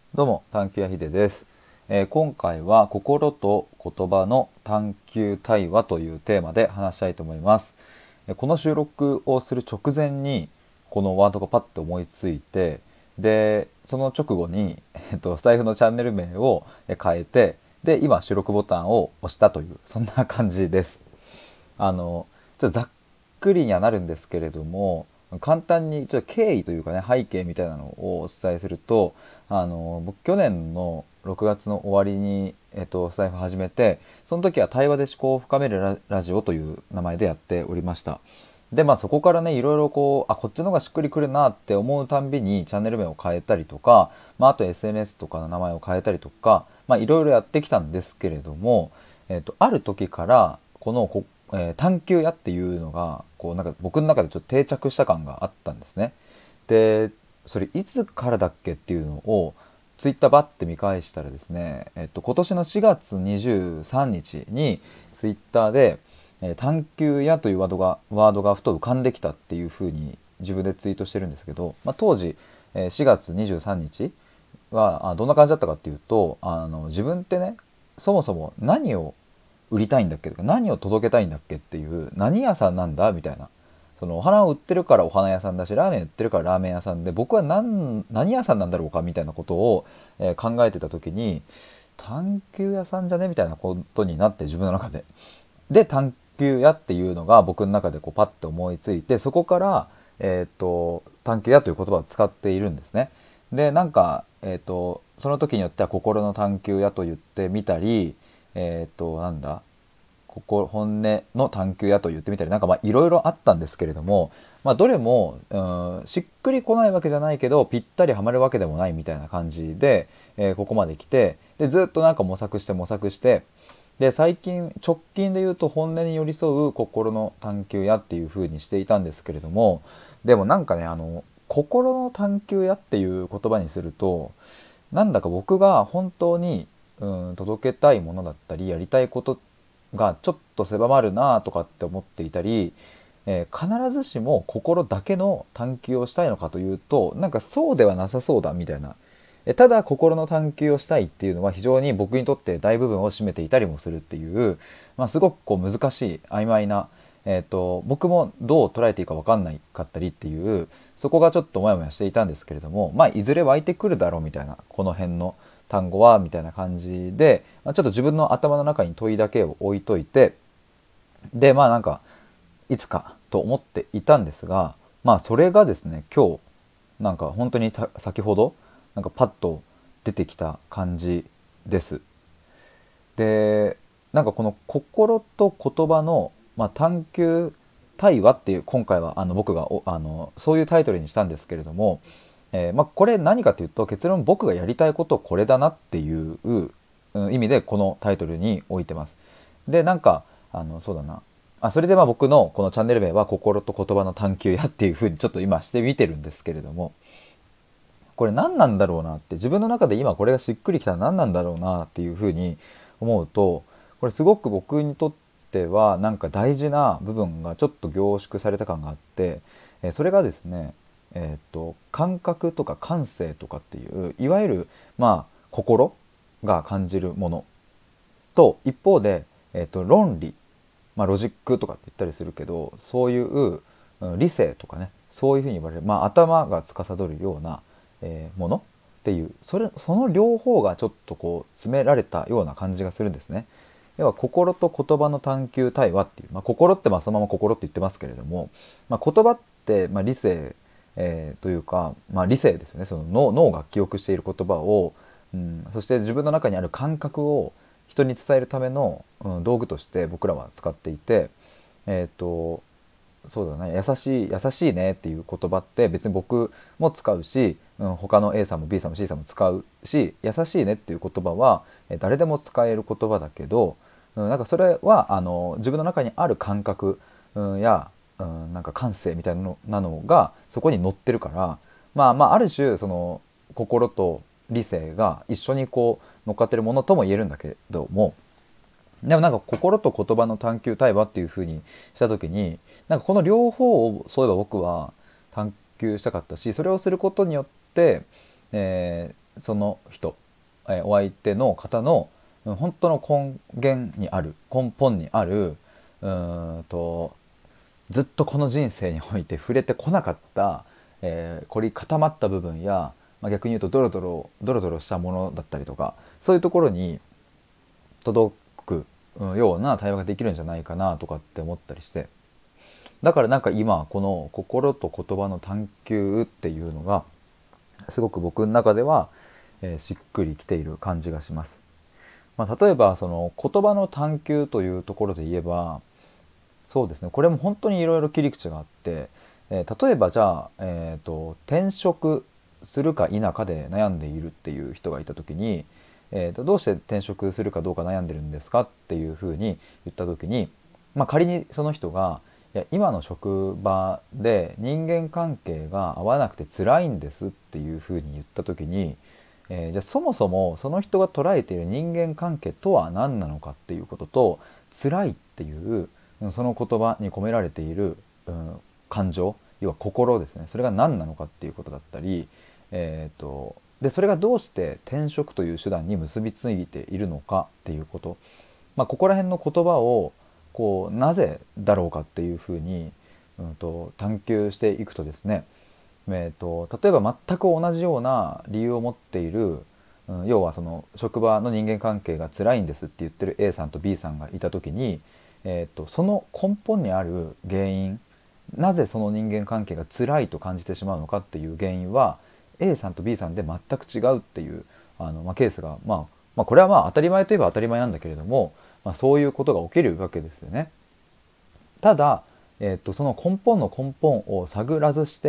どうも探求やひでです。今回は心と言葉の探求対話というテーマで話したいと思います。この収録をする直前にこのワードがパッと思いついて、でその直後に、スタイフのチャンネル名を変えて、で今収録ボタンを押したというそんな感じです。ちょっとざっくりにはなるんですけれども、簡単にちょっと経緯というかね、背景みたいなのをお伝えすると、僕去年の6月の終わりに、スタイフ始めて、その時は対話で思考を深めるラジオという名前でやっておりました。でそこからね、いろいろこっちの方がしっくりくるなって思うたんびにチャンネル名を変えたりとか、あと SNS とかの名前を変えたりとか、いろいろやってきたんですけれども、ある時から探求やっていうのがなんか僕の中でちょっと定着した感があったんですね。でそれいつからだっけっていうのをツイッターバッて見返したらですね、今年の4月23日にツイッターで探求やというワードがふと浮かんできたっていう風に自分でツイートしてるんですけど、当時4月23日はどんな感じだったかっていうと、自分ってね、そもそも何を売りたいんだっけとか、何を届けたいんだっけっていう、何屋さんなんだみたいな、そのお花を売ってるからお花屋さんだし、ラーメン売ってるからラーメン屋さんで、僕は何屋さんなんだろうかみたいなことを、考えてた時に、探求屋さんじゃねみたいなことになって、自分の中で探求屋っていうのが僕の中でパッと思いついて、そこから、探求屋という言葉を使っているんですね。でその時によっては心の探求屋と言ってみたり、なんだ本音の探求やと言ってみたり、いろいろあったんですけれども、どれもしっくりこないわけじゃないけどぴったりはまるわけでもないみたいな感じで、ここまで来て、でずっと模索して模索して、で最近直近で言うと本音に寄り添う心の探求やっていう風にしていたんですけれども、でも心の探求やっていう言葉にすると、なんだか僕が本当に届けたいものだったりやりたいことがちょっと狭まるなとかって思っていたり、必ずしも心だけの探求をしたいのかというと、そうではなさそうだみたいな。ただ心の探求をしたいっていうのは非常に僕にとって大部分を占めていたりもするっていう、すごく難しい曖昧な、僕もどう捉えていいか分かんないかったりっていう、そこがちょっとモヤモヤしていたんですけれども、いずれ湧いてくるだろうみたいな、この辺の単語はみたいな感じで、ちょっと自分の頭の中に問いだけを置いといて、でいつかと思っていたんですが、それがですね、今日本当に先ほどパッと出てきた感じです。でこの心と言葉の、探求対話っていう、今回は僕がそういうタイトルにしたんですけれども、これ何かというと、結論僕がやりたいことこれだなっていう、意味でこのタイトルに置いてます。でそうだな、それで僕のこのチャンネル名は心と言葉の探求やっていうふうにちょっと今してみてるんですけれども、これ何なんだろうなって、自分の中で今これがしっくりきたら何なんだろうなっていうふうに思うと、これすごく僕にとっては大事な部分がちょっと凝縮された感があって、それがですね、感覚とか感性とかっていう、いわゆる心が感じるものと、一方で、論理、ロジックとかって言ったりするけど、そういう理性とかね、そういうふうに言われる、頭が司るような、ものっていう、その両方がちょっと詰められたような感じがするんですね。要は心と言葉の探求対話っていう、心ってそのまま心って言ってますけれども、言葉って、理性、というか、理性ですよね。その脳が記憶している言葉を、そして自分の中にある感覚を人に伝えるための、道具として僕らは使っていて、えっ、とそうだね、優しいねっていう言葉って別に僕も使うし、他の A さんも B さんも C さんも使うし、優しいねっていう言葉は誰でも使える言葉だけど、それは自分の中にある感覚、や、感性みたいなのがそこに乗ってるから、ある種その心と理性が一緒に乗っかってるものとも言えるんだけども、でも心と言葉の探求対話っていう風にした時に、この両方をそういえば僕は探求したかったし、それをすることによって、 その人、お相手の方の本当の根本にあるうーんとずっとこの人生において触れてこなかった、凝り固まった部分や、逆に言うとドロドロしたものだったりとか、そういうところに届くような対話ができるんじゃないかなとかって思ったりして、だからなんか今この心と言葉の探求っていうのがすごく僕の中では、しっくりきている感じがします。例えばその言葉の探求というところで言えば、そうですね、これも本当にいろいろ切り口があって、例えばじゃあ、転職するか否かで悩んでいるっていう人がいた時に、どうして転職するかどうか悩んでるんですかっていうふうに言った時に、仮にその人がいや今の職場で人間関係が合わなくて辛いんですっていうふうに言った時に、じゃあそもそもその人が捉えている人間関係とは何なのかっていうことと、辛いっていうその言葉に込められている、感情、要は心ですね、それが何なのかっていうことだったり、でそれがどうして転職という手段に結びついているのかっていうこと、ここら辺の言葉をなぜだろうかっていうふうに、探求していくとですね、例えば全く同じような理由を持っている、要はその職場の人間関係が辛いんですって言ってる A さんと B さんがいた時に、その根本にある原因、なぜその人間関係が辛いと感じてしまうのかっていう原因は A さんと B さんで全く違うっていうケースが、これは当たり前といえば当たり前なんだけれども、そういうことが起きるわけですよね。ただ、その根本の根本を探らずして、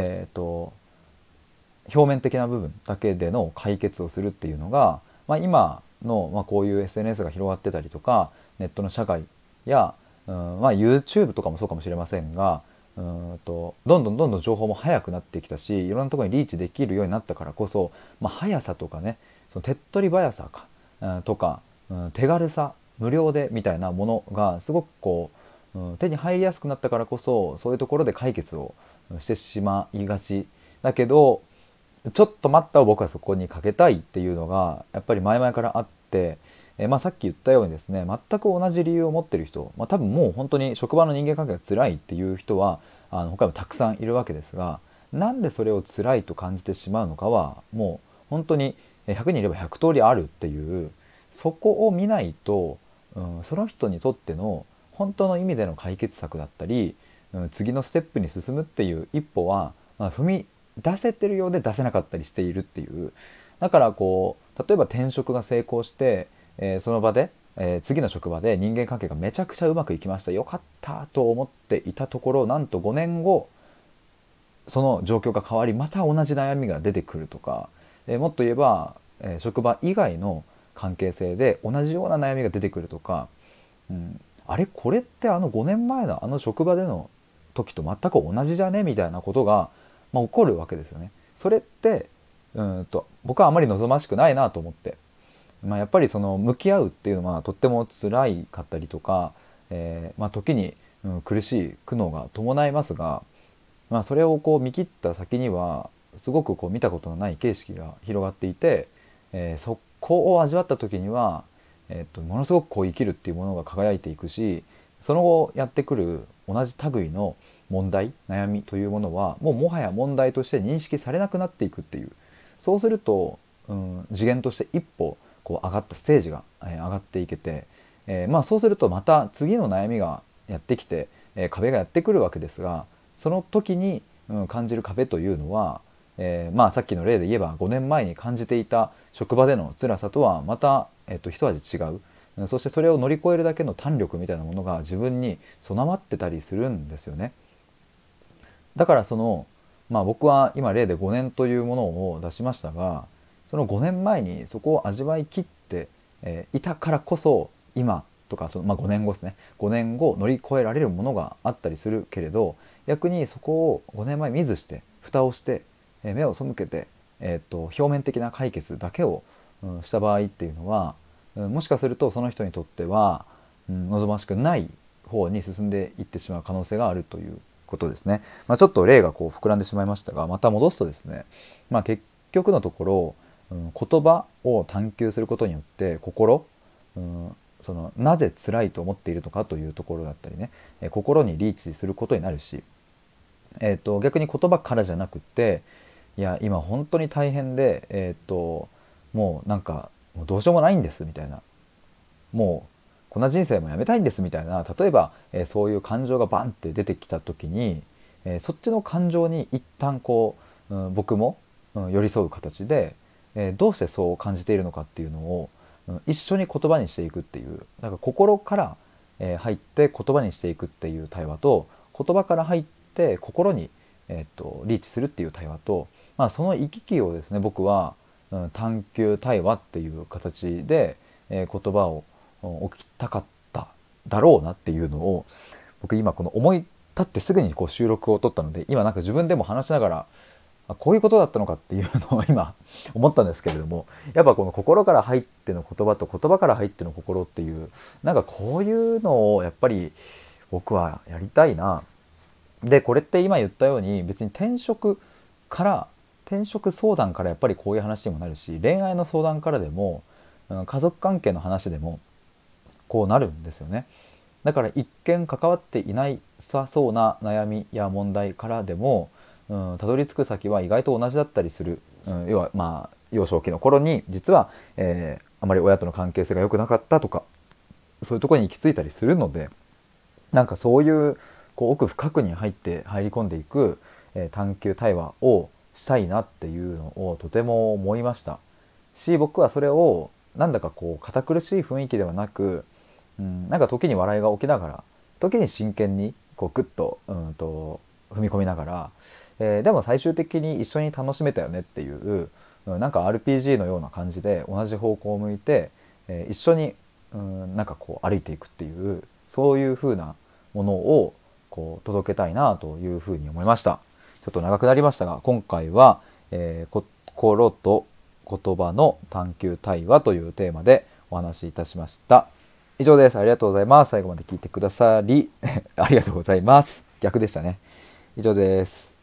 表面的な部分だけでの解決をするっていうのが、今の、こういう SNS が広がってたりとかネットの社会や、YouTube とかもそうかもしれませんが、どんどん情報も早くなってきたし、いろんなところにリーチできるようになったからこそ、速さとかね、その手っ取り早さか、とか、手軽さ、無料でみたいなものがすごく手に入りやすくなったからこそ、そういうところで解決をしてしまいがちだけど、ちょっと待ったを僕はそこにかけたいっていうのがやっぱり前々からあって、さっき言ったようにですね、全く同じ理由を持ってる人、多分もう本当に職場の人間関係が辛いっていう人は他にもたくさんいるわけですが、なんでそれを辛いと感じてしまうのかはもう本当に100人いれば100通りあるっていう、そこを見ないと、その人にとっての本当の意味での解決策だったり、次のステップに進むっていう一歩は、踏み出せてるようで出せなかったりしているっていう。だから例えば転職が成功して、その場で、次の職場で人間関係がめちゃくちゃうまくいきました、よかったと思っていたところ、なんと5年後その状況が変わり、また同じ悩みが出てくるとか、もっと言えば、職場以外の関係性で同じような悩みが出てくるとか、あれこれってあの5年前のあの職場での時と全く同じじゃねみたいなことが、起こるわけですよね。それって僕はあまり望ましくないなと思って、やっぱりその向き合うっていうのはとっても辛いかったりとか、時に、苦しい苦悩が伴いますが、それを見切った先にはすごく見たことのない景色が広がっていて、そこを味わった時には、ものすごく生きるっていうものが輝いていくし、その後やってくる同じ類の問題悩みというものはもはや問題として認識されなくなっていくっていう、そうすると、次元として一歩上がったステージが、上がっていけて、そうするとまた次の悩みがやってきて、壁がやってくるわけですが、その時に、感じる壁というのは、さっきの例で言えば5年前に感じていた職場での辛さとはまた、一味違う、そしてそれを乗り越えるだけの胆力みたいなものが自分に備わってたりするんですよね。だから僕は今例で5年というものを出しましたが、その5年前にそこを味わい切って、いたからこそ今とか5年後ですね、5年後乗り越えられるものがあったりするけれど、逆にそこを5年前見ずして蓋をして、目を背けて、表面的な解決だけを、した場合っていうのは、もしかするとその人にとっては、望ましくない方に進んでいってしまう可能性があるということですね。ちょっと例が膨らんでしまいましたが、また戻すとですね、結局のところ、 言葉を探求することによって心、うん、そのなぜ辛いと思っているのかというところだったりね、心にリーチすることになるし、逆に言葉からじゃなくって、いや今本当に大変で、もうなんかもうどうしようもないんですみたいな、もうこんな人生もやめたいんですみたいな、例えば、そういう感情がバンって出てきた時に、そっちの感情に一旦こう、僕も、寄り添う形で、どうしてそう感じているのかっていうのを、一緒に言葉にしていくっていう、なんか心から、入って言葉にしていくっていう対話と、言葉から入って心に、リーチするっていう対話と、その行き来をですね僕は、探求対話っていう形で、言葉を置きたかっただろうなっていうのを、僕今この思い立ってすぐにこう収録を取ったので、今なんか自分でも話しながら、こういうことだったのかっていうのを今思ったんですけれども、やっぱこの心から入っての言葉と言葉から入っての心っていう、なんかこういうのをやっぱり僕はやりたいな。でこれって今言ったように別に転職相談からやっぱりこういう話にもなるし、恋愛の相談からでも、家族関係の話でもこうなるんですよね。だから一見関わっていないさそうな悩みや問題からでも、たどり着く先は意外と同じだったりする、要は幼少期の頃に実は、あまり親との関係性が良くなかったとか、そういうところに行き着いたりするので、なんかそういうこう奥深くに入り込んでいく、探求対話をしたいなっていうのをとても思いましたし、僕はそれをなんだかこう堅苦しい雰囲気ではなく、なんか時に笑いが起きながら、時に真剣にこうグッと、踏み込みながら、でも最終的に一緒に楽しめたよねっていう、なんか RPG のような感じで同じ方向を向いて、一緒に、なんかこう歩いていくっていう、そういう風なものをこう届けたいなというふうに思いました。ちょっと長くなりましたが、今回は、心と言葉の探求対話というテーマでお話しいたしました。以上です。ありがとうございます。最後まで聞いてくださりありがとうございます。逆でしたね。以上です。